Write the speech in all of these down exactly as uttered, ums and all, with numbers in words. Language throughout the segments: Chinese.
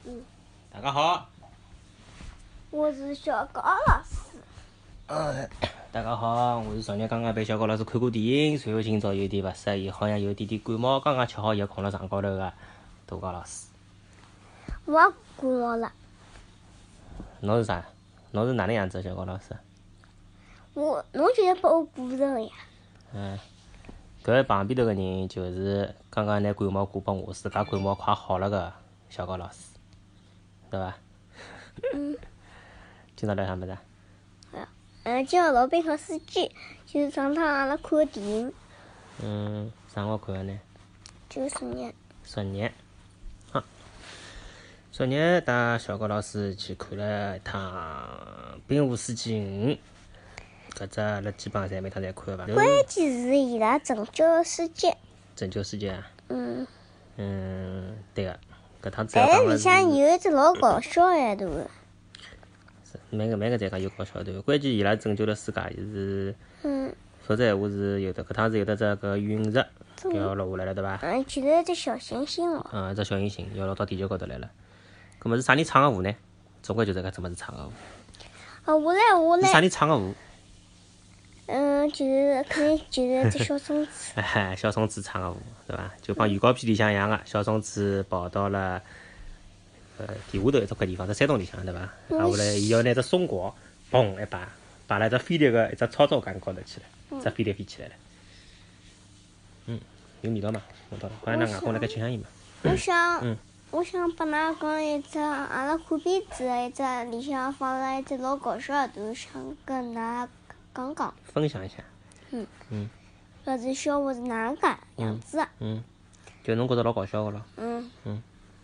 嗯， 大家好， 我是小高老师。 呃，大家好，我是昨日刚刚陪小高老师看过电影，随后今朝有点勿适意，好像有点点感冒，刚刚吃好药，困辣床高头个大高老师。 我也感冒了。 侬是啥？侬是哪能样子，小高老师？ 我，侬就是把我鼓着呀。 嗯，搿旁边头个人就是刚刚拿感冒挂拨我，自家感冒快好了个小高老师，对伐？ 嗯。 今朝聊啥物事？ 嗯，叫老兵和司机，就是上趟阿拉看个电影， 嗯，啥辰光看个呢？ 就是昨日。 昨日，好，昨日带小高老师去看了一趟《兵无司机五》，搿只阿拉基本上侪每趟侪看个伐？ 关键是伊拉拯救世界。 拯救世界啊！ 嗯。 嗯，对个，搿趟子要但是里讲个向有一只老搞笑一段。 每个每个侪讲有搞笑段，关键伊拉拯救了世界，就是嗯。 否则闲话是有的，搿趟是有的只搿陨石要落下来了，对伐？ 嗯，其实一只小行星哦。 嗯，一只小行星要落到地球高头来了。搿么是啥人唱个舞呢？总归就是搿只物事唱个舞。 啊，我来，我来。 是啥人唱个舞？ 嗯，就是肯定就是只小松子。 哎，小松子唱个舞，对伐？就帮预告片里向一样个，小松子跑到了呃地下头一只块地方，在山洞里向，对伐？然后来伊要拿只松果，嘣一摆，摆辣只飞碟个一只操作杆高头去了，只飞碟飞起来了。嗯，有味道嘛？闻到了，好像㑚外公辣盖吃香烟嘛。 我想， 嗯我想帮㑚讲一只阿拉看片子的一只里向放了一只老搞笑的段，想跟㑚讲讲。 分享一下。 嗯。 嗯。 搿只笑话是哪能介样子的？ 嗯。就侬觉着老搞笑个咯。 嗯。 嗯。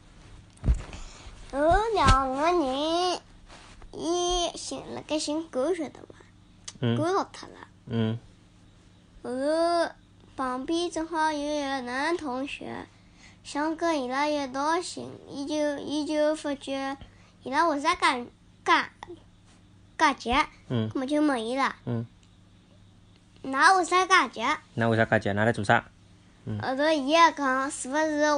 有两个人，伊寻辣盖寻狗，晓得伐？ 嗯。 狗落脱了。 嗯。 后头旁边正好有一个男同学，想跟伊拉一道寻，伊就伊就发觉伊拉为啥介介介急？ 嗯。 咾么就问伊拉。 嗯。 㑚为啥介急？ 㑚为啥介急？㑚来做啥？嗯。 后头伊也讲，是勿是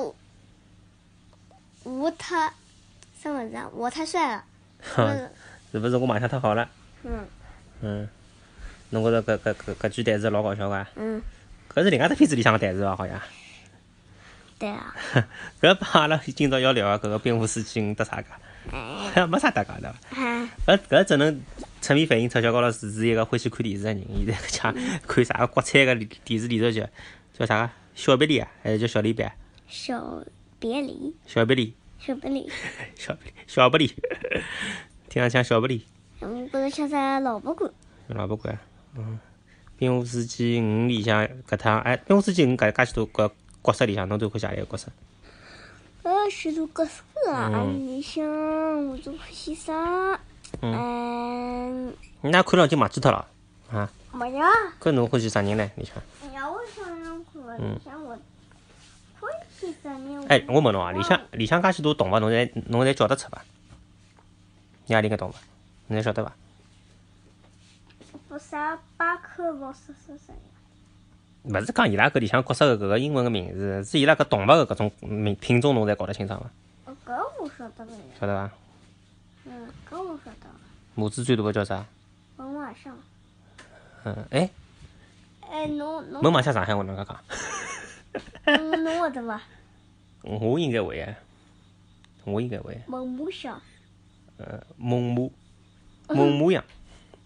我太啥物事啊？我太帅了。 是勿是我卖相太好了？ 嗯。 嗯。侬觉着搿搿搿搿句台词老搞笑个？ 嗯。 搿是另外只片子里向个台词哦，好像。 对啊。 搿帮阿拉今朝要聊个搿个蝙蝠司机五搭啥个？好像没啥搭讲对伐？搿搿只能侧面反映出小高老师是一个欢喜看电视个人。现在讲看啥个国产个电视连续剧，叫啥个？小别离啊，还是叫小离别？ 小别离。 小别离。 小别离。 小别离，小别离，听上像小别离。 我觉着像只老不管。 老不管，嗯。蝙蝠司机五里向搿趟，哎，蝙蝠司机五搿介许多个角色里向，侬最欢喜何里个角色？ 呃，许多角色啊，里向我最欢喜啥？嗯。 㑚看了就忘记脱了啊？ 没呀。 搿侬欢喜啥人呢？里向？ 哎呀，我想想看，里向我欢喜啥人？ 哎，我问侬啊，里向里向介许多动物，侬侪侬侪叫得出伐？有何里个动物？侬侪晓得伐？ 不啥巴克罗啥啥啥呀？ 勿是讲伊拉搿里向角色个搿个英文个名字，是伊拉搿动物个搿种名品种，侬侪搞得清爽伐？ 哦，搿我晓得个呀。 晓得伐？ 嗯，搿我晓得。 母子最大个叫啥？ 猛犸象。 嗯，哎。 哎，侬侬。 猛犸象上海话哪能讲？ 侬侬会得伐？ 我应该会啊，我应该会。 猛犸象。 呃，猛犸，猛犸象。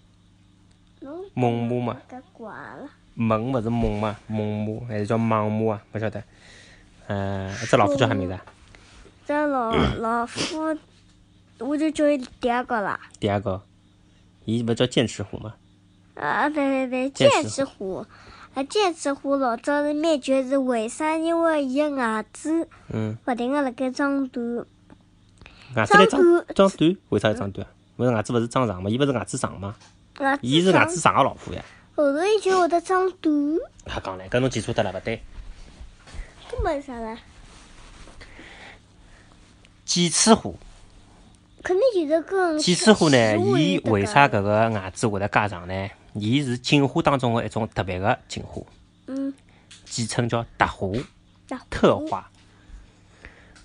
猛犸嘛。 搿怪了。 猛勿是猛嘛？猛犸还是叫猛犸啊？勿晓得。呃，这老虎叫啥名字？ 这老老虎，我就叫伊第二个啦。 第二个，伊勿叫剑齿虎吗？ 啊，对对对，剑齿虎。啊，剑齿虎老早是灭绝是为啥？因为伊个牙齿勿停个辣盖长短。 牙齿来长长短，为啥要长短啊？勿是牙齿勿是长长吗？伊勿是牙齿长吗？伊是牙齿长个老虎呀。 后头伊就会得长短。 瞎讲唻，搿侬记错脱了，勿对。 搿么是啥唻？ 剑齿虎。 肯定就是跟。 剑齿虎呢？伊为啥搿个牙齿会得介长呢？伊是进化当中的一种特别的进化。 嗯。 简称叫特化。特化。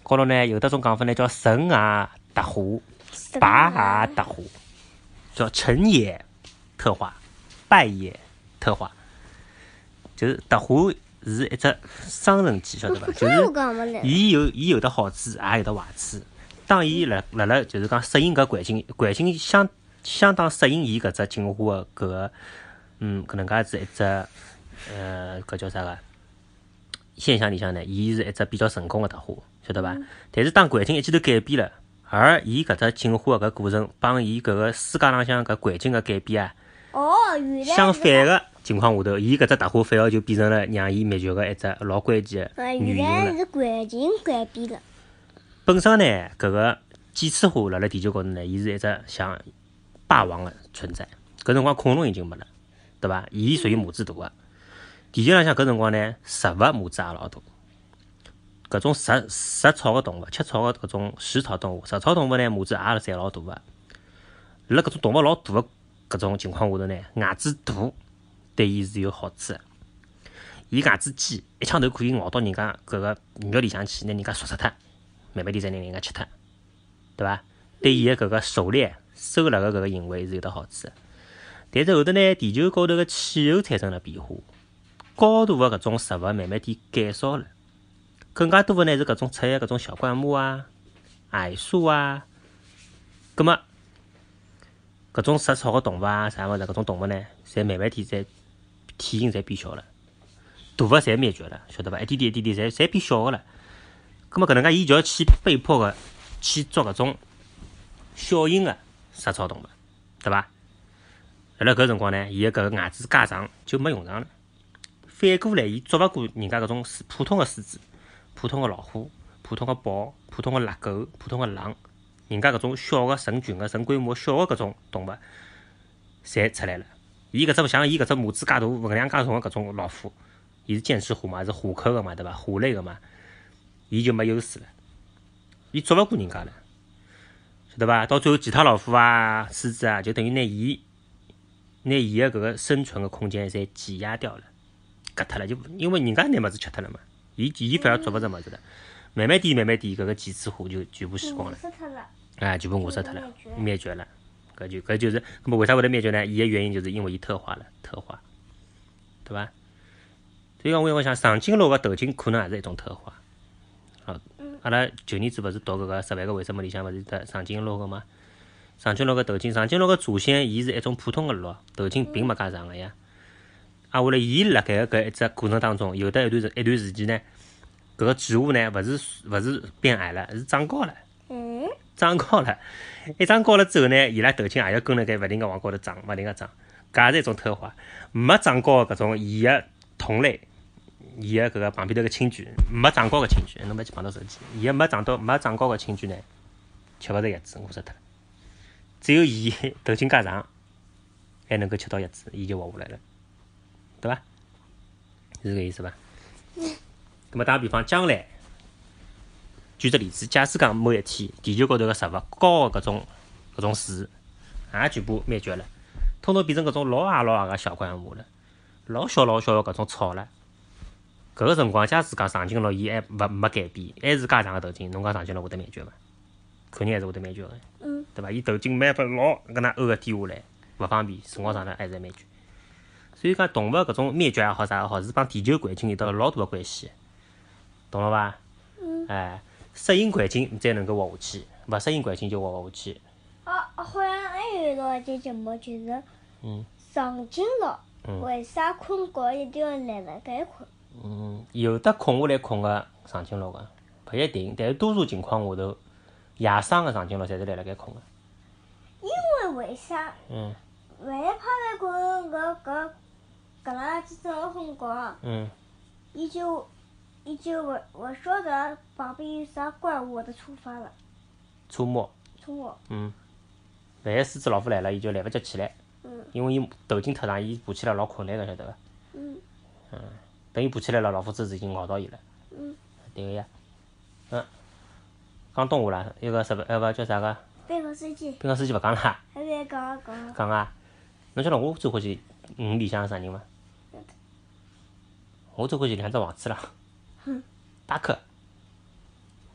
高头呢有得种讲法呢叫神啊特化、败啊特化，叫成也特化、败也特化。就是特化是一只双刃剑，晓得伐？就是伊有伊有的好处，也有的坏处。当伊辣辣辣就是讲适应搿环境，环境相相当适应伊搿只进化的搿个嗯搿能介子一只呃搿叫啥个现象里向呢，伊是一只比较成功的特化，晓得伐？但是当环境一记头改变了，而伊搿只进化的搿过程帮伊搿个世界浪向搿环境的改变啊， 哦，原来相反的情况下头，伊搿只特化反而就变成了让伊灭绝的一只老关键的原因了。 原来是环境改变了。 本身呢，搿个几次化辣辣地球高头呢，伊是一只像霸王的存在。搿辰光恐龙已经没了，对伐？伊属于母子大个。地球浪向搿辰光呢，食物母子也老大。搿种食食草个动物，吃草个搿种食草动物，食草动物呢，母子也是侪老大个。辣搿种动物老大个搿种情况下头呢，牙齿大对伊是有好处个。伊牙齿尖，一枪头可以咬到人家搿个肉里向去，拿人家杀死脱。慢慢点再拿人家吃脱，对伐？对伊个搿个狩猎、收猎个搿个行为是有得好处的。但是后头呢，地球高头个气候产生了变化，高大个搿种植物慢慢点减少了，更加多个呢是搿种出现搿种小灌木啊、矮树啊，葛末搿种食草个动物啊、啥物事搿种动物呢，侪慢慢点在体型侪变小了，大个侪灭绝了，晓得伐？一点点一点点侪侪变小个了。咁么搿能介，伊就要去被迫个去捉搿种小型个食草动物，对伐？辣辣搿辰光呢，伊个搿个牙齿加长就没用场了。反过来，伊捉勿过人家搿种普通个狮子、普通个老虎、普通个豹、普通个猎狗、普通个狼，人家搿种小个成群个、成规模小个搿种动物，侪出来了。伊搿只像伊搿只母子介大、分量介重个搿种老虎，伊是剑齿虎嘛，是虎科个嘛，对伐？虎类个嘛。伊就没优势了，伊捉勿过人家了，晓得伐？到最后，其他老虎啊、狮子啊，就等于拿伊、拿伊个搿个生存个空间侪挤压掉了，割脱了，就因为人家拿物事吃脱了嘛，伊伊反而捉勿着物事了，慢慢点、慢慢点，搿个几次化就全部死光了，哎，全部饿死脱了，灭绝了，搿就搿就是，那么为啥会得灭绝呢？伊个原因就是因为伊特化了，特化，对伐？所以讲，我我想长颈鹿个头颈可能也是一种特化。好，阿拉旧年子勿是读搿个十万个为什么里向勿是得长颈鹿个嘛？长颈鹿个头颈，长颈鹿个祖先伊是一种普通个鹿，头颈并没介长个呀。啊，为了伊辣盖个搿一只过程当中，有得一段时一段时期呢，搿个植物呢勿是勿是变矮了，是长高了。 嗯。 长高了，一长高了之后呢，伊拉头颈也要跟辣盖勿停个往高头长，勿停个长，搿也是一种特化。没长高个搿种伊个同类。伊个搿个旁边头个亲眷，没长高个亲眷，侬勿要去碰到手机。伊个没长到没长高个亲眷呢，吃勿着叶子，饿死脱了。只有伊头颈介长，还能够吃到叶子，伊就活下来了，对伐？是搿意思伐？嗯。咁么打个比方，将来举个例子，假使讲某一天，地球高头个植物高个搿种搿种树，也全部灭绝了，统统变成搿种老矮老矮个小灌木了，老小老小个搿种草了。搿个辰光，假使讲长颈鹿伊还勿没改变，还是介长个头颈，侬讲长颈鹿会得灭绝伐？肯定还是会得灭绝个， 嗯， 对伐？伊头颈没法老搿能欧个低下来，勿方便，辰光长了还是灭绝。所以讲动物搿种灭绝也好啥也好，是帮地球环境有得老大个关系，懂了伐？ 嗯。 哎，适应环境才能够活下去，勿适应环境就活勿下去。 啊，好像还有一道节节目就是， 嗯， 长颈鹿为啥困觉一定要立辣盖困？ 嗯，有的空下来困个长颈鹿个，勿一定，但是多数情况下头，野生个长颈鹿侪是立辣盖困个。 因为为啥？ 嗯。 万一趴在困搿搿搿垃圾真昏觉， 嗯， 伊就伊就勿勿晓得旁边有啥怪物会得出发了。 出没。 出没。 嗯。万一狮子老虎来了，伊就来勿及起来。 嗯。 因为伊头颈太长，伊爬起来老困难个，晓得伐？ 嗯。 嗯。等伊爬起来了，老虎子已经咬到伊了。 嗯。 对个呀。嗯。讲动画啦，一个什么？呃，勿叫啥个？ 冰河司机。 冰河司机勿讲啦。 还在讲讲。 讲啊！侬晓得我最欢喜五里向个啥人伐？我最欢喜两只王子啦。 哼。 达克。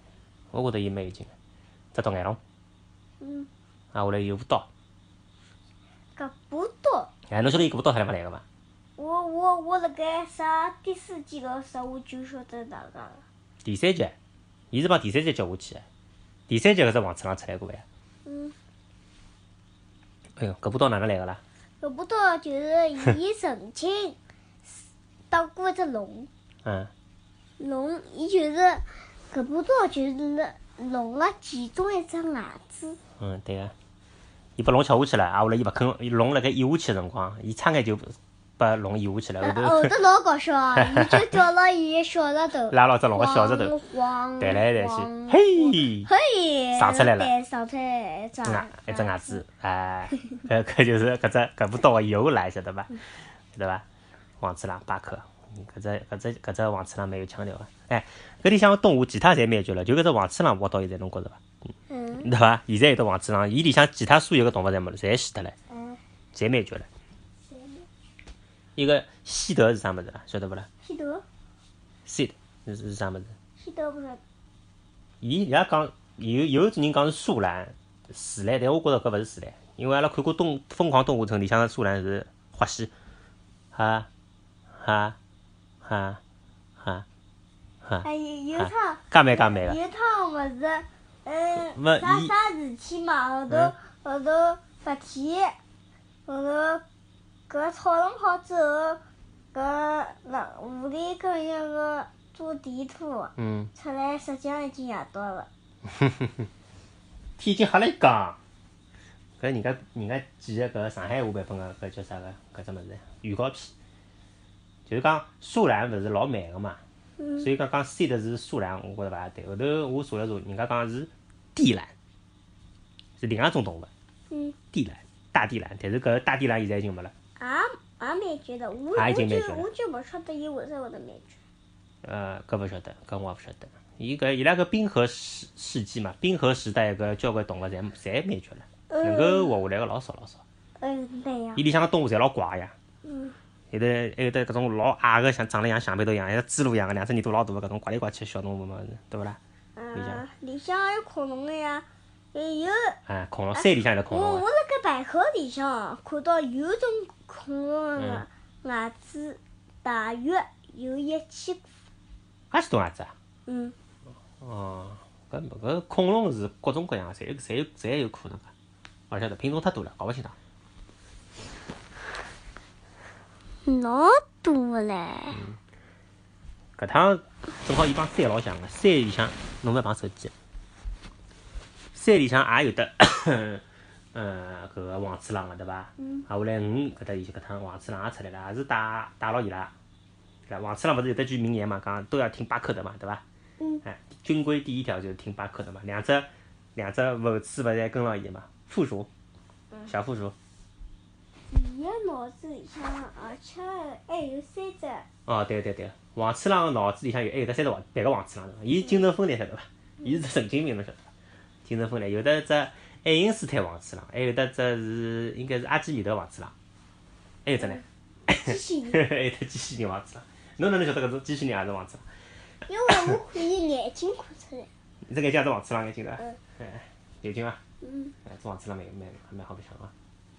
我觉着伊蛮有劲个，只独眼龙。 嗯。 啊，下来有把刀。 搿把刀。 哎，侬晓得伊搿把刀啥地方来个伐？ 我我我辣盖啥第四季个时候我就晓得哪个了。 第三集，伊是帮第三集接下去个。第三集搿只黄次郎出来过呀。 嗯。 哎哟，搿把刀哪能来个啦？ 搿把刀就是伊曾经打过一只龙。 嗯。 龙，伊就是搿把刀就是辣龙个其中一只牙齿。 嗯，对个。伊把龙吃下去了，啊，后来伊勿肯，伊龙辣盖咽下去个辰光，伊差眼就把龙咽下去了。后头后头老搞笑啊！伊就掉了伊个小石头， 拉牢只龙个小石头， 晃弹来弹去，嘿， 嘿， 上出来了， 对，上出来一只牙一只牙齿，哎，搿搿就是搿只搿把刀个由来，晓得伐？晓得伐？黄次郎巴克，搿只搿只搿只黄次郎蛮有腔调个。哎，搿里向个动物其他侪灭绝了，就搿只黄次郎活到现在，侬觉着伐？ 嗯， 对伐？现在有得黄次郎，伊里向其他所有个动物侪没了，侪死脱了， 嗯， 侪灭绝了。一个西德是啥物事啊？晓得勿啦？ 西德。 西德是是啥物事？ 西德不是。 伊伊拉讲有有种人讲是树懒、树懒，但我觉着搿勿是树懒，因为阿拉看过《动疯狂动物城》里向个树懒是花溪，哈哈哈哈哈。 哎，有趟。 介慢介慢个。 有趟勿是，嗯， 勿啥伊啥事体嘛？后头后头白天，后头搿吵了好之后，搿那狐狸跟一个做地图， 嗯， 出来实际上已经夜到了。 天已经黑了一讲，搿人家人家寄个搿上海话版本个搿叫啥个搿只物事预告片，就是讲树懒勿是老慢个嘛， 嗯。 所以讲讲 C 的是树懒，我觉着勿大对。后头我查了查，人家讲是地懒，是另外一种动物。 嗯。 地懒，大地懒，但是搿大地懒现在已经没了。 也也灭绝的，我也已我就经灭绝了我就勿晓得伊为啥会得灭绝。 呃，搿勿晓得，搿我也勿晓得。伊搿伊拉搿冰河世世纪嘛，冰河时代搿交关动物侪侪灭绝了，能够活下来个老少老少。 嗯，对呀。 伊里向个动物侪老怪呀。 嗯。 有的还有得搿种老矮个，像长得像象鼻头一样，像猪猡一样个，两只耳朵老大个搿种怪里怪气个小动物嘛，对勿啦？ 啊，里向有恐龙个呀，还有。 啊，恐龙，山里向有得恐龙个。 我我辣盖百科里向看到有种恐龙个牙齿大约有一千个。 介许多牙齿啊？ 嗯。 哦，搿搿恐龙是各种各样，侪有侪有侪有可能个，勿晓得品种太多了，搞勿清爽。 老多唻。 搿趟正好伊帮山老像个，山里向侬勿要碰手机。山里向也有得，呃，搿个黄次郎个对伐？ 嗯。 啊，后来鱼搿搭伊搿趟黄次郎也出来了，也是带带牢伊拉。对伐？黄次郎勿是有得句名言嘛，讲都要听巴克的嘛，对伐？ 嗯。 哎，军规第一条就是听巴克的嘛，两只两只后翅勿是跟牢伊嘛，负鼠，小负鼠。 伊个脑子里向，而且还有三只。 哦，对对对，黄次郎个脑子里向有还有得三只黄别个黄次郎，伊精神分裂晓得伐？伊是只神经病侬晓得伐？精神分裂有得只爱因斯坦黄次郎，还有得只是应该是阿基米德黄次郎，还有只呢？ 机器人。 还有得机器人黄次郎，侬哪能晓得搿种机器人也是黄次郎？ 因为我看伊眼睛看出来。 你这眼睛也是黄次郎眼睛对伐？ 嗯。 哎，有劲伐？ 嗯。 哎，这黄次郎蛮蛮还蛮好白相个。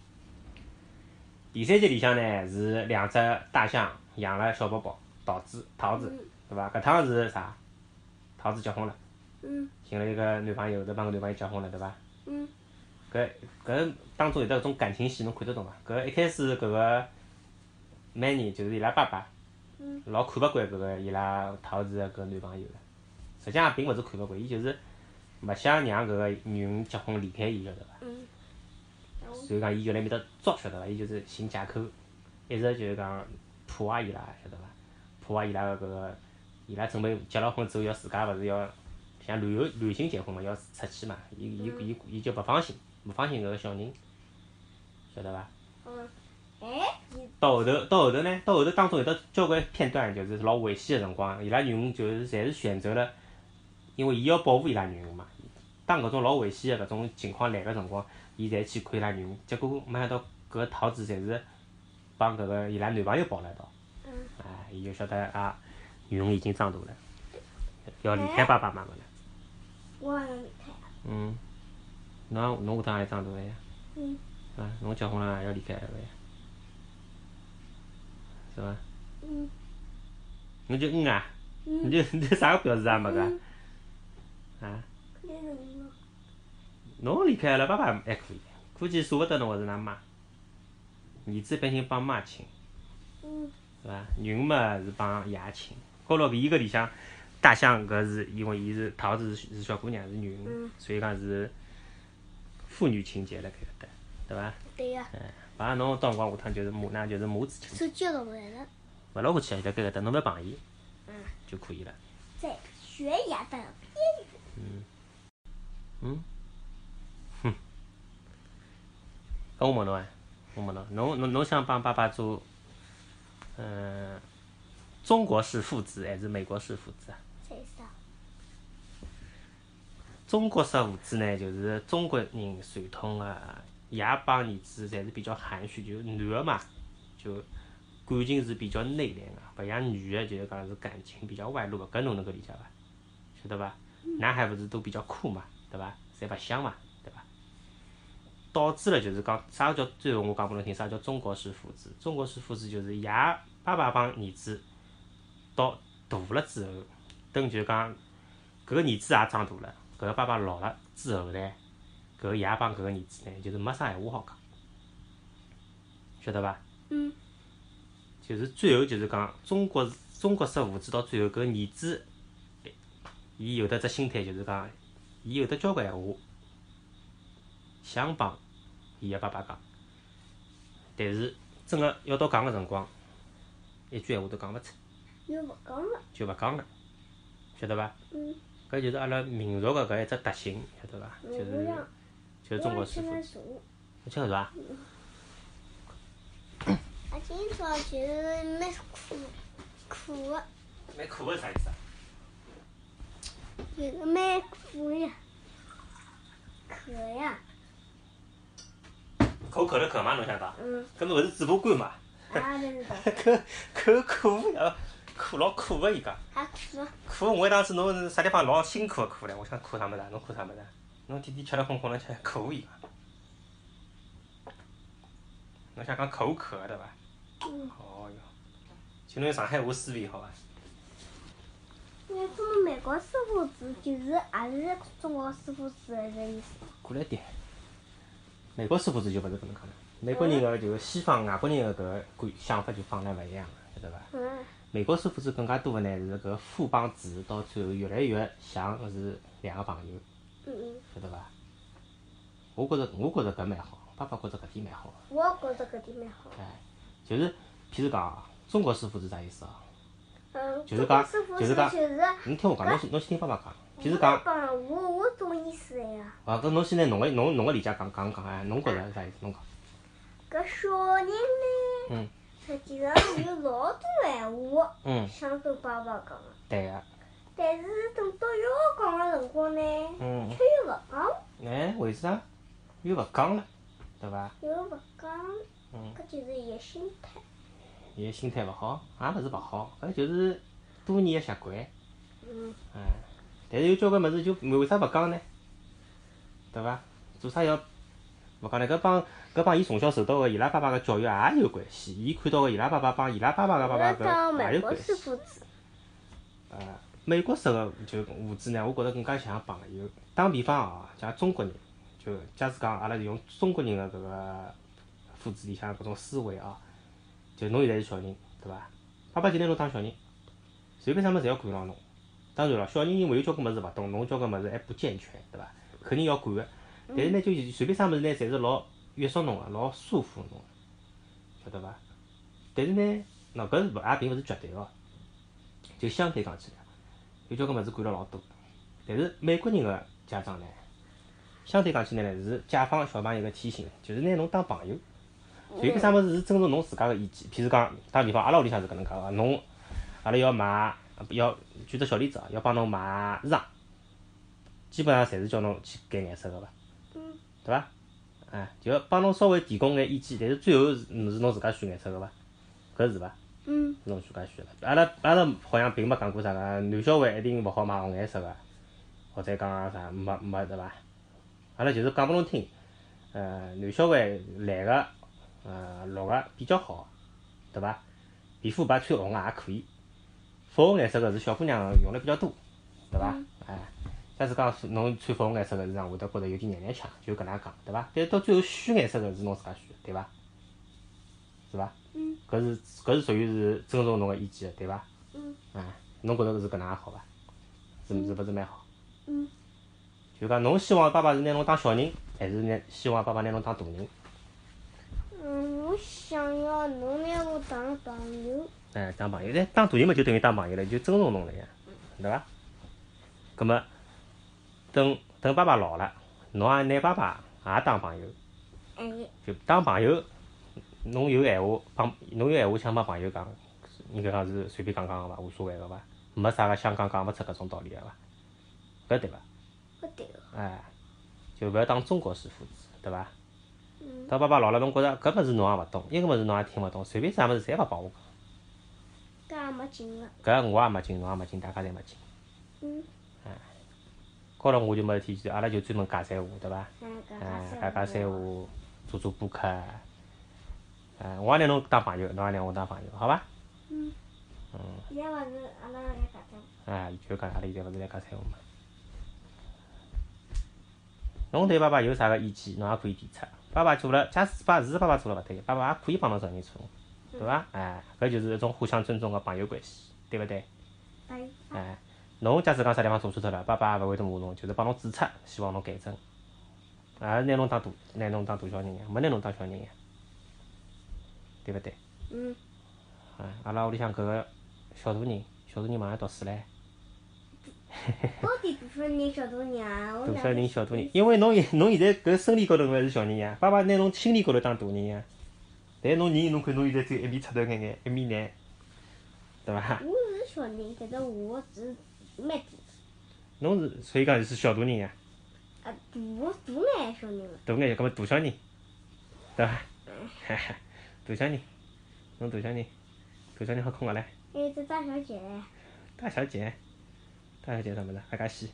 第三集里向呢是两只大象养了小宝宝桃子，桃子对伐？搿趟是啥？桃子结婚了， 嗯。 寻了一个男朋友，头帮个男朋友结婚了对伐？ 嗯。 搿搿当中有得搿种感情戏，侬看得懂伐？搿一开始搿个 Manny 就是伊拉爸爸， 嗯。 老看勿惯搿个伊拉桃子个搿男朋友个，实际上并勿是看勿惯，伊就是勿想让搿个女人结婚离开伊，晓得伐？ 嗯。 所以讲，伊就辣埃面搭捉，晓得伐？伊就是寻借口，一直就是讲破坏伊拉，晓得伐？破坏伊拉个搿个，伊拉准备结了婚之后要自家勿是要像旅游旅行结婚嘛，要出去嘛，伊伊伊伊就勿放心，勿放心搿个小人，晓得伐？ 嗯。哎。 到后头，到后头呢？到后头当中有得交关片段，就是老危险个辰光，伊拉女人就是侪是选择了，因为伊要保护伊拉女人嘛。当搿种老危险个搿种情况来个辰光，伊侪去看伊拉女人，结果没想到搿桃子侪是帮搿个伊拉男朋友跑了一道。 嗯。 哎，伊就晓得啊，女人已经长大了，要离开爸爸妈妈了。 我也要离开。 嗯，侬侬下趟也长大了呀？ 嗯。 是伐？侬结婚了也要离开了呀？是伐？ 嗯。 侬就嗯啊？ 嗯。 你就你啥个表示也没个？啊？ 肯定是嗯咯。 侬离开了，爸爸还可以，估计舍勿得侬个是㑚妈。儿子一般性帮妈亲， 嗯。 是伐？囡嘛是帮爷亲。高头伊搿里向大象搿是因为伊是桃子是是小姑娘是囡， 嗯所以讲是父女情节辣盖搿搭，对伐？ 对呀。 嗯，爸侬到辰光下趟就是母，那就是母子亲节。 手机要到勿来了。 勿老下去啊，辣盖搿搭侬勿要碰伊嗯。 就可以了。 在悬崖的边缘。 嗯。嗯。哼。搿我问侬啊，我问侬，侬侬侬想帮爸爸做，嗯，中国式父子还是美国式父子啊？ 啥意思啊？ 中国式父子呢，就是中国人传统个爷帮儿子侪是比较含蓄，就男个嘛，就感情是比较内敛个，勿像女个就是讲是感情比较外露个，搿侬能够理解伐？晓得伐？男孩勿是都比较酷嘛，对伐？侪勿像嘛，对伐？导致了就是讲啥叫最后我讲拨侬听，啥叫中国式父子？中国式父子就是爷爸爸帮儿子到大了之后，等就讲搿个儿子也长大了，搿个爸爸老了之后呢，搿个爷帮搿个儿子呢，就是没啥闲话好讲，晓得伐？ 嗯。 就是最后就是讲中国中国式父子到最后搿个儿子，伊有得只心态就是讲，伊有得交关闲话想帮伊个爸爸讲，但是真个要到讲个辰光，一句闲话都讲勿出， 又勿讲了。 就勿讲了，晓得伐？ 嗯。 搿就是阿拉民族个搿一只特性，晓得伐？就是就是中国式父子。我吃个啥？ 啊，今朝就是蛮苦苦个。 蛮苦个啥意思啊？ 就是蛮苦呀，渴呀。 口渴的渴嘛，侬想讲？ 嗯。 搿侬勿是嘴巴干嘛？ 啊，对对口口苦呀，苦老苦个伊讲。 还苦。 苦，我一当时侬是啥地方老辛苦个苦唻？我想苦啥物事啊？侬苦啥物事啊？侬天天吃了空空能吃苦伊讲。侬想讲口渴对伐？ 嗯。 哦哟，请侬用上海话思维好伐？ 那什么美国式父子就是也是中国式父子的意思。 过来点。美国式父子就勿是搿能介了。美国人个就是西方外国人个搿个观想法就帮咱勿一样了，晓得伐？ 嗯。 美国式父子更加多个呢是搿父帮子到最后越来越像是两个朋友， 嗯嗯。 晓得伐？我觉着我觉着搿蛮好，爸爸觉着搿点蛮好。 我觉着搿点蛮好。 哎，就是譬如讲啊，中国式父子啥意思啊？ 嗯。 就是讲， 就是讲， 就是侬听我讲，侬先侬先听爸爸讲。譬如讲， 我我懂意思的呀。 啊，搿侬现在侬个侬侬个理解讲讲讲哎，侬觉着啥意思？侬讲。 搿小人呢？ 嗯。 实际上有老多闲话。 嗯。 想跟爸爸讲。 对个。 但是等到要讲个辰光呢， 嗯。 却又勿讲。 哎，为啥？又勿讲了，对伐？ 又勿讲。 嗯。 搿就是伊个心态。 伊个心态勿好，也勿是勿好，搿就是多年个习惯。 嗯。 哎，但是有交关物事就为啥勿讲呢？对伐？做啥要勿讲呢？搿帮搿帮伊从小受到个伊拉爸爸个教育也有关系，伊看到个伊拉爸爸帮伊拉爸爸个爸爸搿也有关系。呃，美国式个就父子呢，我觉着更加像朋友。打比方哦，像中国人，就假使讲阿拉用中国人个搿个父子里向搿种思维哦，就侬现在是小人，对伐？爸爸就拿侬当小人，随便啥物事侪要管牢侬。当然了，小人因为有交关物事勿懂，侬交关物事还不健全，对伐？肯定要管个。但是呢，就随便啥物事呢，侪是老约束侬个，老束缚侬个，晓得伐？但是呢，喏搿是勿也并勿是绝对个，就相对讲起来，有交关物事管了老多。但是美国人个家长呢，相对讲起来呢是解放小朋友个天性，就是拿侬当朋友，随便啥物事是尊重侬自家个意见。譬如讲，打比方，阿拉屋里向是搿能介个，侬阿拉要买，要举只小例子啊，要帮侬买衣裳，基本上侪是叫侬去拣颜色个伐？对伐？哎，就要帮侬稍微提供眼意见，但是最后是是侬自家选颜色个伐？搿是伐？ 嗯。 是侬自家选个。阿拉阿拉好像并没讲过啥个，男小孩一定勿好买红颜色个，或或者讲啥没没对伐？阿拉就是讲拨侬听，呃，男小孩蓝个、呃绿个比较好，对伐？皮肤白穿红个也可以，粉红颜色个是小姑娘用了比较多，对伐？哎，假使讲侬穿粉红颜色个，市场会得觉着有点娘娘腔，就搿能讲，对伐？但是到最后选颜色个是侬自家选，对伐？是伐？ 嗯。 搿是搿是属于是尊重侬个意见个，对伐？ 嗯。 啊，侬觉着搿是搿能介好伐？是是勿是蛮好？ 嗯。 就讲侬希望爸爸是拿侬当小人，还是拿希望爸爸拿侬当大人？ 嗯，我想要侬拿我当朋友。 哎，当朋友，但当大人嘛就等于当朋友了，就尊重侬了呀，对伐？葛末等等爸爸老了，侬也拿爸爸也当朋友， 哎。 就当朋友，侬有闲话帮侬有闲话想帮朋友讲，应该讲是随便讲讲个伐，无所谓个伐？没啥个想讲讲勿出搿种道理个伐？搿对伐？ 搿对个。 哎，就勿要当中国式父子，对伐？ 嗯。 到爸爸老了，侬觉着搿物事侬也勿懂，一个物事侬也听勿懂，随便啥物事侪勿帮我讲。搿也没劲个。 搿我也没劲，侬也没劲，大家侪没劲。 嗯。 哎，高头我就没事体，就阿拉就专门讲三胡，对伐？ 嗯， 哎，讲讲三胡，做做播客。哎，我也拿侬当朋友，侬也拿我当朋友，好伐？ 嗯。 嗯。 现在勿是阿拉来讲三胡。 哎，就讲阿拉现在勿是来讲三胡嘛。侬对爸爸有啥个意见，侬也可以提出。爸爸做了，假使爸是爸爸做了勿对，爸爸也可以帮侬承认错误，对伐？哎，搿就是一种互相尊重个朋友关系，对勿对？ 对。 哎，侬假使讲啥地方做错脱了，爸爸也勿会得骂侬，就是帮侬指出，希望侬改正。也是拿侬当大，拿侬当大小人呀，没拿侬当小人呀，对勿对？ 嗯。 哎，阿拉屋里向搿个小大人，小大人马上读书唻。 到底多少人小大人啊？ 多少人小大人？因为侬现侬现在搿身体高头还是小人呀，爸爸拿侬心理高头当大人呀。但侬人侬看侬现在只有一米出头眼眼，一米廿，对伐？ 我是小人，但是我只蛮大。 侬是所以讲是小大人呀。 啊，大大眼小人了。 大眼，搿么大小人，对伐？哈哈，大小人，侬大小人，大小人好困个唻。 还有只大小姐唻。 大小姐，大小姐啥物事？还介细，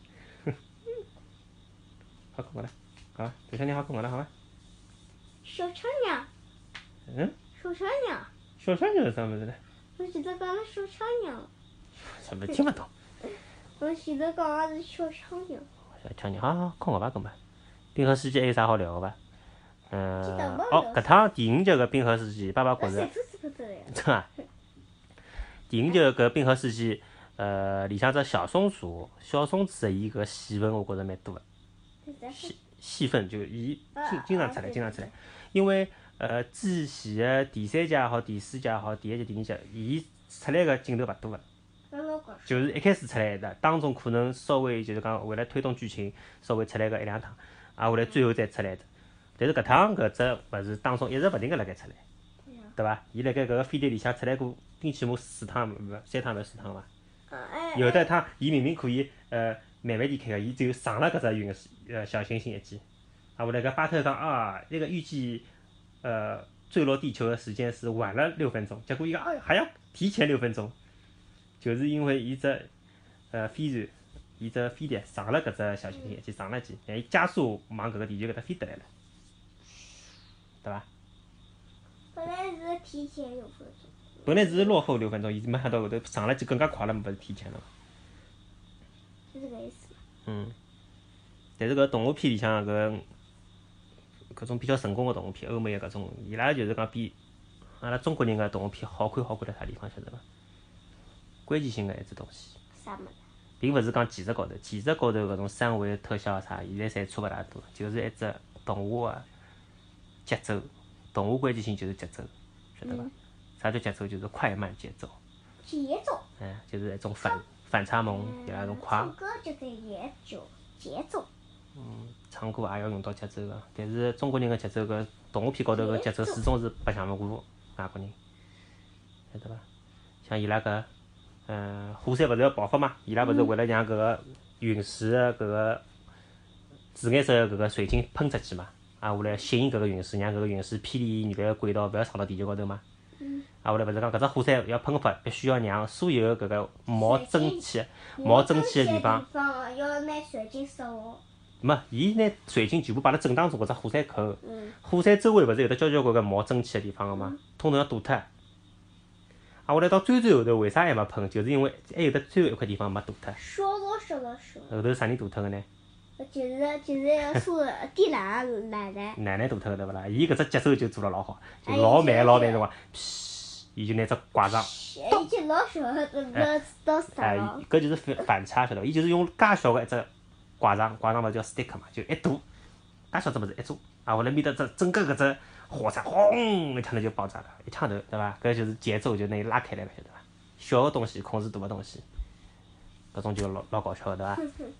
好困个唻，好伐？大小人好困个唻，好伐？ 小强娘。 嗯？ 小强娘。 小强娘是啥物事唻？ 我记得讲了小强娘。 啥物事听勿懂？ 我记得讲个是小强娘。 小强娘，好好困个伐？搿么，冰河世纪还有啥好聊个伐？嗯， 记得没哦，搿趟第五集个冰河世纪，爸爸觉着， 那谁出出来呀？ 对伐？第五集搿冰河世纪，呃，里向只小松鼠、小松子伊搿戏份，我觉着蛮多个。戏戏份就伊经经常出来，经常出来，因为呃之前个第三集也好，第四集也好，第一集、第二集，伊出来个镜头勿多个。就是一开始出来的，当中可能稍微就是讲为了推动剧情，稍微出来个一两趟，啊，后来最后再出来的。但是搿趟搿只物事当中一直勿停个辣盖出来，对伐？伊辣盖搿个飞碟里向出来过最起码四趟，勿三趟勿是四趟伐？有的一趟伊明明可以呃慢慢点开个，伊只有上了搿只陨石呃小行星一记，啊，后来搿巴特讲啊，那个预计呃坠落地球的时间是晚了六分钟，结果伊讲哎还要提前六分钟。就是因为伊只呃飞船，伊只飞碟上了搿只小行星，去上了去，让伊加速往搿个地球搿搭飞得来了，对伐？ 本来是提前六分钟。 本来是落后六分钟，伊没想到后头上了去更加快了，勿是提前了。 是这个意思。 嗯。但是搿动画片里向搿搿种比较成功个动画片，欧美个搿种，伊拉就是讲比阿拉中国人个动画片好看好看辣啥地方，晓得伐？关键性个一只东西， 啥物事？ 并勿是讲技术高头，技术高头搿种三维特效啥，现在侪差勿大多，就是一只动画个节奏，动画关键性就是节奏，晓得伐？啥叫节奏？就是快慢节奏。 节奏。 哎，就是一种反反差萌，伊拉种快。 唱歌就得节奏，节奏。 嗯，唱歌也要用到节奏个，但是中国人个节奏搿动画片高头个节奏始终是白相勿过外国人，晓得伐？像伊拉搿。嗯，火山勿是要爆发嘛？伊拉勿是为了让搿个陨石个搿个紫颜色个搿个水晶喷出去嘛？啊，下来吸引搿个陨石，让搿个陨石偏离原来个轨道，勿要撞到地球高头嘛？ 啊，后来勿是讲搿只火山要喷发，必须要让所有搿个冒蒸汽、冒蒸汽个地方， 要拿水晶收哦。 没，伊拿水晶全部摆辣正当中搿只火山口。 嗯。 火山周围勿是有得交交关关冒蒸汽个地方个嘛，统统要堵脱。啊，后来到最最后头，为啥还没喷？就是因为还有得最后一块地方没堵脱。 烧了烧了烧。 后头啥人堵脱个呢？ 就是就是说地奶奶奶。 奶奶堵脱个对勿啦？伊搿只节奏就做了老好，就老慢老慢辰光，噗，伊就拿只拐杖。 伊就老小个，搿到啥了？ 搿就是反反差，晓得伐？伊就是用介小个一只拐杖，拐杖勿是叫 stick 嘛，就一堵，介小只物事一做，啊，后来面搭只整个搿只火山轰一枪头就爆炸了，一枪头对伐？搿就是节奏就拿伊拉开来了，晓得伐？小个东西控制大个东西，搿种就老老搞笑个对伐？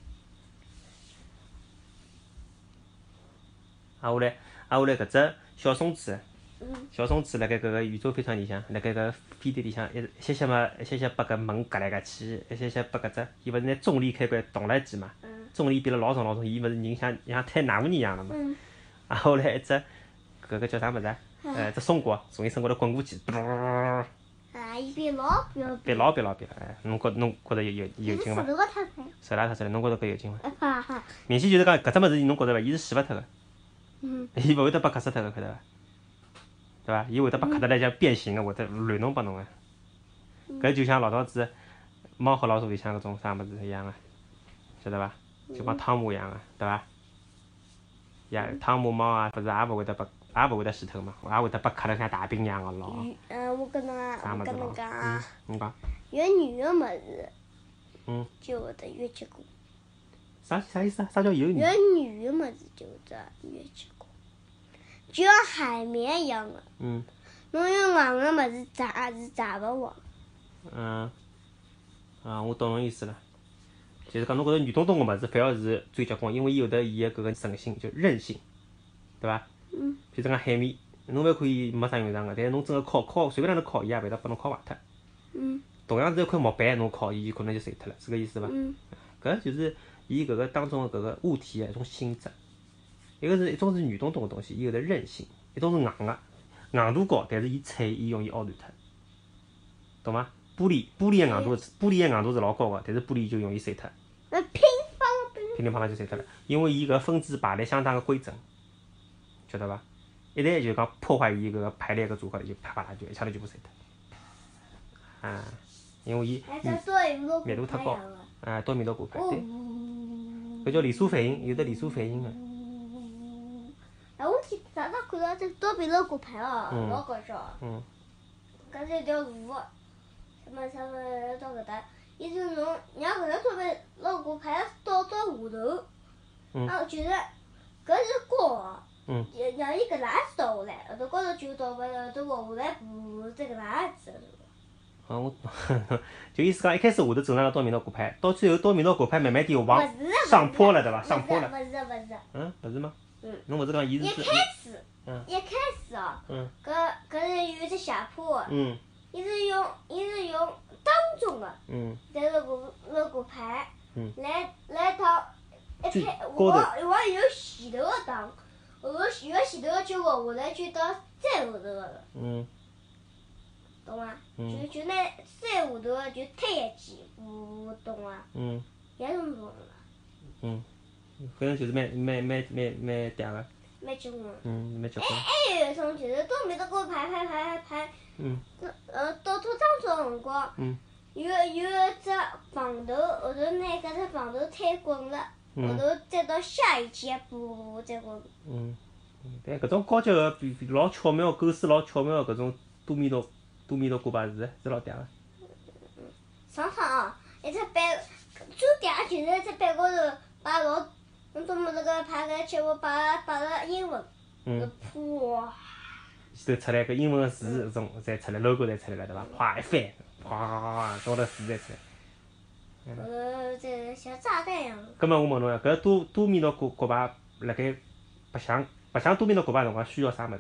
啊，后来啊，后来搿只小松子，小松子辣盖搿个宇宙飞船里向，辣盖搿飞碟里向，一一歇歇嘛，一歇歇把搿门夹来夹去，一歇歇把搿只，伊勿是拿重力开关动了一记嘛？重力变了老重老重，伊勿是人像像推奶壶一样了嘛？啊，后来一只搿个叫啥物事啊？呃，只松果从伊身高头滚过去，嘟。 啊，伊变老变变老变老变了，哎，侬觉侬觉着有有有劲伐？ 石头个脱噻。 石拉脱出来，侬觉着搿有劲伐？ 哈哈。 明显就是讲搿只物事，侬觉着伐？伊是死勿脱个。 嗯。 伊勿会得被磕死脱个，看到伐？对伐？伊会得被磕得来像变形个，会得乱弄拨侬个。搿就像老早子猫和老鼠里向搿种啥物事一样个，晓得伐？就帮汤姆一样个，对伐？呀，汤姆猫啊，勿是也勿会得被也勿会得死脱嘛，也会得被磕得像大兵一样个咯。 嗯，我跟侬啊，我跟侬讲啊， 侬讲。 越女个物事， 嗯。 就会得越结果。 啥啥意思啊？啥叫有女？ 越女个物事就会得越结果，就像海绵一样个。 嗯。 侬用硬个物事炸是炸勿活。 嗯。啊，我懂侬意思了。就是讲侬觉着女东东个物事反而是最结棍，因为伊有得伊个搿个韧性，就韧性，对伐？ 嗯。 譬如讲海绵，侬勿可以没啥用场个，但是侬整个烤烤随便哪能烤，伊也勿会得把侬烤坏脱。 嗯。 同样是一块木板，侬烤伊可能就碎脱了，是搿意思伐？ 嗯。 搿就是伊搿个当中个搿个物体个一种性质。一个是一种是软咚咚个东西，伊有得韧性；一种是硬个，硬度高，但是伊脆，伊容易凹断脱，懂伐？玻璃玻璃个硬度，玻璃个硬度是老高个，但是玻璃就容易碎脱。 那乒乓乒乒乒乓乓就碎脱了，因为伊搿分子排列相当个规整，晓得伐？一旦就讲破坏伊搿个排列个组合，就啪啪啦就一枪头就会碎脱。啊，因为伊密度太高，啊，多密度骨牌，对，搿叫连锁反应，有得连锁反应个。 哎，我天，早上看到这多米诺骨牌哦，老搞笑。 嗯。 搿是一条路，什么什么到搿搭，伊是侬让搿个多米诺骨牌倒到下头，啊，就是搿是高，嗯，让伊搿能样子倒下来，后头高头就倒勿了，后头滑下来，噗，再搿能样子。 啊，我就意思讲，一开始下头正常个多米诺骨牌，到最后多米诺骨牌慢慢点往上坡了，对伐？上坡了。 勿是勿是。 嗯，勿是吗？ 嗯。 侬勿是讲伊是？ 一开始。 嗯。 一开始哦。 嗯。 搿搿是有一只下坡个。 嗯。 伊是用伊是用当中个。 嗯。 在那骨那骨牌。 嗯。 来来到一开往往有前头个档，后头有前头个就滑下来就到再下头个了。 嗯。 懂伐？就就拿再下头个就推一记，不懂伐？ 嗯。 也是侬懂个。 嗯。反正就是蛮蛮蛮蛮蛮嗲个。 蛮结棍。 嗯，蛮结棍。还还有一种就是到面搭高头排排排排排。 嗯。 呃，倒拖张车辰光。 嗯。 有有一只棒头，后头拿搿只棒头推滚了，后头再到下一节不再滚。 嗯。但搿种高级个比比老巧妙，构思老巧妙个搿种多米诺多米诺骨牌是是老嗲个。 上趟哦，一只板最嗲就是一只板高头摆老侬懂么那个牌搿节目摆摆了英文， 嗯， 哇！ 前头出来个英文个字，搿种侪出来 logo 侪出来了，对伐？哗一翻，哗，中头字侪出来。 后头这像炸弹一样。 葛末我问侬呀，搿多多米诺骨骨牌辣盖白相白相多米诺骨牌辰光需要啥物事？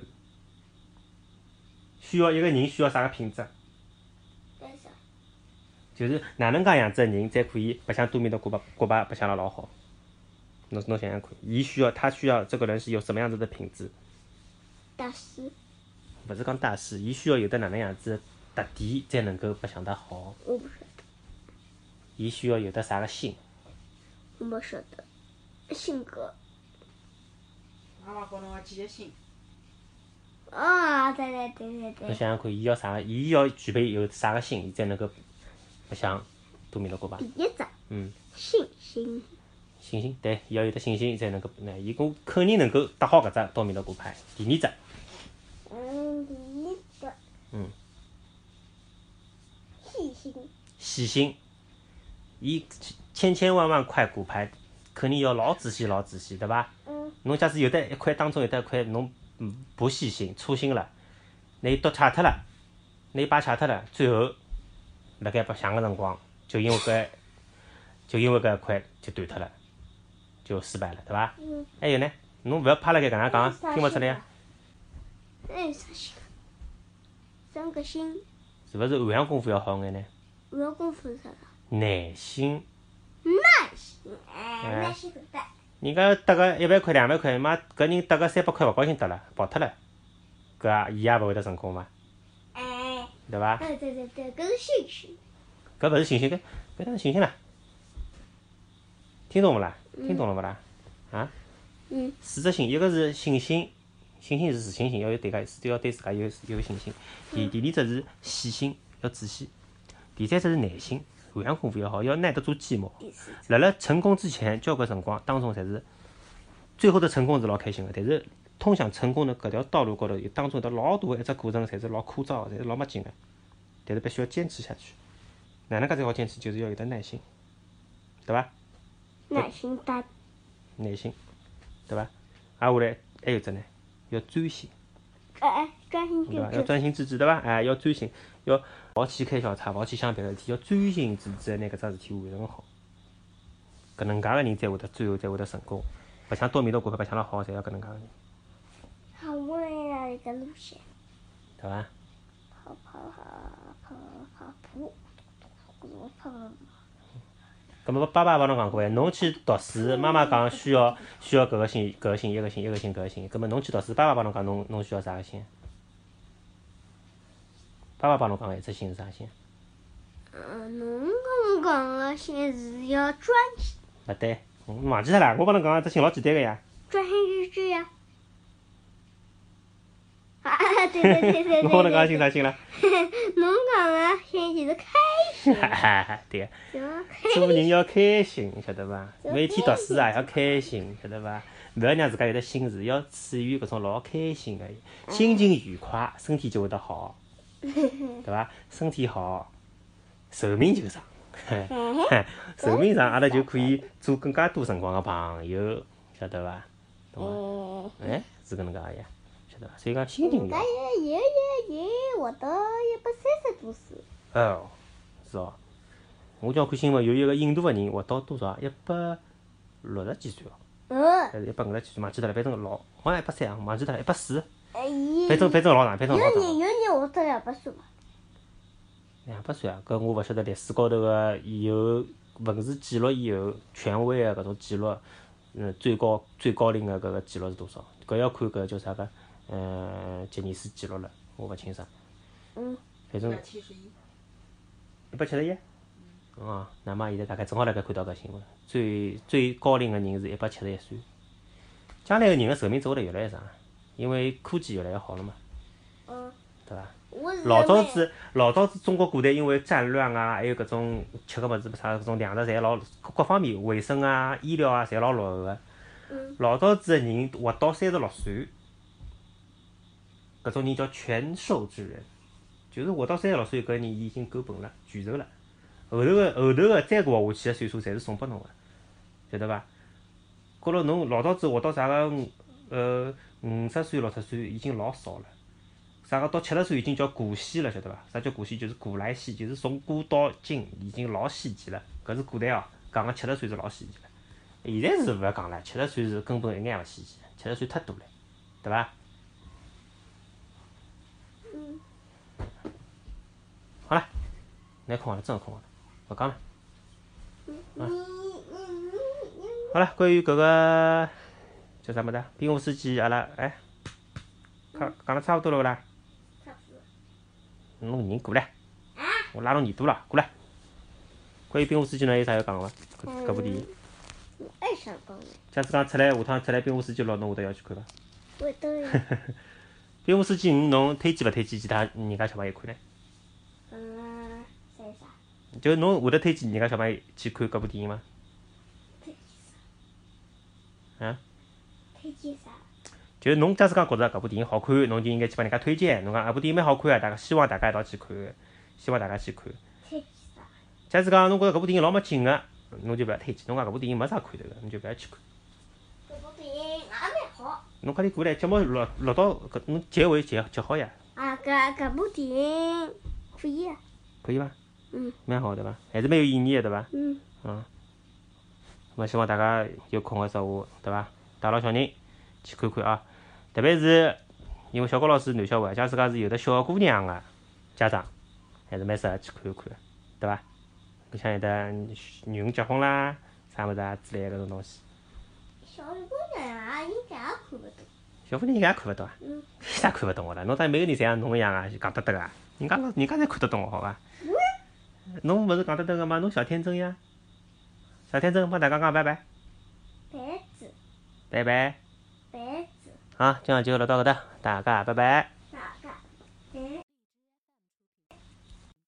需要一个人需要啥个品质？ 干啥？ 就是哪能介样子个人才可以白相多米诺骨牌骨牌白相了老好？侬侬想想看，伊需要他需要这个人是有什么样子的品质？ 大师。 勿是讲大师，伊需要有得哪能样子特点才能够白相得好？ 我不晓得， 伊需要有得啥个性？ 我不晓得。性格。 妈妈讲侬个记忆性。 啊，对对对对侬对。 想想看，伊要啥个？伊要具备有啥个性，伊才能够白相多米诺骨牌？ 第一只。 嗯。 信心。 信心，对，伊要有得信心才能够，那伊讲肯定能够打好搿只多米诺骨牌。第二只。 嗯，第一只。 嗯。 细心。 细心，伊千千万万块骨牌，肯定要老仔细老仔细，对伐？ 嗯。 侬假使有得一块当中有得一块侬嗯不细心粗心了，拿伊刀拆脱了，拿伊摆拆脱了，最后辣盖白相个辰光，就因为搿就因为搿一块就断脱了，就失败了，对伐？ 嗯。 还有呢，侬勿要趴辣盖搿能讲，听勿出来呀？ 那有啥心？三个心。 是勿是暗阳功夫要好眼呢？ 暗阳功夫是啥？ 耐心。 耐心，哎，耐心很大。 人家得个一万块两万块，妈搿人得个三百块勿高兴得了，跑脱了，搿啊伊也勿会得成功嘛， 哎。 对伐？ 对对对对，搿是信心。 搿勿是信心，搿搿哪是信心啦？听懂勿啦？听懂了勿啦？啊？ 嗯。 四只心，一个是信心，信心是自信心，要有对家，是要对自家有有信心。第第二只是细心，要仔细。第三只是耐心，暗阳功夫要好，要耐得住寂寞。辣辣成功之前，交关辰光当中，侪是最后的成功是老开心的，但是通向成功的搿条道路高头，有当中有得老大的一只过程，侪是老枯燥的，侪是老没劲的。但是必须要坚持下去。哪能介才好坚持？就是要有得耐心，对伐？ 耐心大。 耐心，对伐？挨下来还有只呢，要专心。 哎，专心对伐？ 致志。 要专心致志，对伐？哎，要专心，要勿好去开小差，勿好去想别个事体，要专心致志拿搿桩事体完成好。搿能介个人才会得最后才会得成功。白相多米诺骨牌白相了好，侪要搿能介个人， 好累啊！一个路线。 对伐？ 跑跑跑跑跑步，我跑跑。 搿么爸爸帮侬讲过哎，侬去读书，妈妈讲需要需要搿个心、搿个心、一个心、一个心、搿个心。搿么侬去读书，爸爸帮侬讲侬侬需要啥个心？爸爸帮侬讲个一只心是啥心？ 嗯，侬跟我讲个心是要专心。 勿对，侬忘记脱啦？我帮侬讲个只心老简单个呀。 专心致志呀。啊，对对对对对。 我帮侬讲心啥心啦？ 侬讲个心就是开心。 哈哈，对。 开做人要开心，晓得伐？每天读书啊要开心，晓得伐？勿要让自家有得心事，要处于搿种老开心个，心情愉快，身体就会得好，对伐？身体好，寿命就长，寿命长，阿拉就可以做更加多辰光个朋友，晓得伐？懂伐？哎，是搿能介个呀，晓得伐？所以讲心情要好。 爷爷爷爷，我得一百三十多岁。 哦，是哦。我叫看新闻，有一个印度个人活到多少？一百六十几岁哦。 嗯。 还是一百五十几岁，忘记脱了，反正老好像一百三啊，忘记脱了，一百四。 哎呀。 反正反正老长，反正老长。 有人有人活到两百岁嘛？ 两百岁啊，搿我勿晓得历史高头个有文字记录以后权威个搿种记录，嗯，最高最高龄个搿个记录是多少？搿要看搿叫啥个，嗯，吉尼斯记录了，我勿清爽。 嗯。 反正。 一百七十一。 一百七十一。哦，那么现在大概正好辣盖看到搿新闻，最最高龄个人是一百七十一岁。将来个人个寿命只会得越来越长，因为科技越来越好了嘛。 嗯。 对伐？ 我是老早子老早子中国古代因为战乱啊，还有搿种吃个物事啥搿种粮食侪老各方面卫生啊、医疗啊侪老落后个。 嗯。 老早子个人活到三十六岁，搿种人叫全寿之人，就是活到三十六岁搿人已经够本了，巨寿了。后头个后头个再活下去个岁数，侪是送拨侬个，晓得伐？觉着侬老早子活到啥个呃五十岁六十岁已经老少了，啥个到七十岁已经叫古稀了，晓得伐？啥叫古稀？就是古来稀，就是从古到今已经老稀奇了。搿是古代哦，讲个七十岁是老稀奇了。现在是勿要讲了，七十岁是根本一眼勿稀奇，七十岁太多了，对伐？ 嗯。 好了，拿空了，真空了。勿讲了，啊，好了，关于搿个叫啥物事？冰河事件，阿拉哎，讲讲了差勿多了勿啦？ 差不多。 侬人过来，我拉侬耳朵了，过来。关于《冰河世纪》侬还有啥要讲个伐？搿搿部电影。 我爱上讲的， 假使讲出来，下趟出来《冰河世纪六》，侬会得要去看伐？ 我都有。 《冰河世纪五》侬推荐勿推荐其他人家小朋友看呢？ 嗯，啥啥？ 就侬会得推荐人家小朋友去看搿部电影伐？ 推荐啥？ 啊？ 推荐啥？ 就是侬假使讲觉着搿部电影好看，侬就应该去帮人家推荐。侬讲搿部电影蛮好看啊，大家希望大家一道去看，希望大家去看。 推荐啥？ 假使讲侬觉着搿部电影老没劲个，侬就勿要推荐。侬讲搿部电影没啥看头个，侬就勿要去看。 这部电影也蛮好。 侬快点过来，节目录录到搿侬结尾结结好呀， 啊，搿搿部电影可以啊。 可以伐？ 嗯。 蛮好对伐？还是蛮有意义个对伐？ 嗯。 嗯。那么希望大家有空个时候对伐？带牢小人去看看啊。特别是因为小高老师男小孩，假使讲是有的小姑娘个家长，还是蛮适合去看看个，对伐？搿像有的女人结婚啦，啥物事啊之类个搿种东西。 小姑娘啊，应该也看不懂。 小姑娘应该也看勿懂啊？ 嗯。 为啥看勿懂个啦？侬当每个人侪像侬一样啊，就讲得得啊？人家人家侪看得懂个好伐？侬勿是讲得得个吗？侬小天真呀，小天真帮大家讲拜拜。 白子。 拜拜。 白子。 好，今朝就录到搿搭，大家拜拜。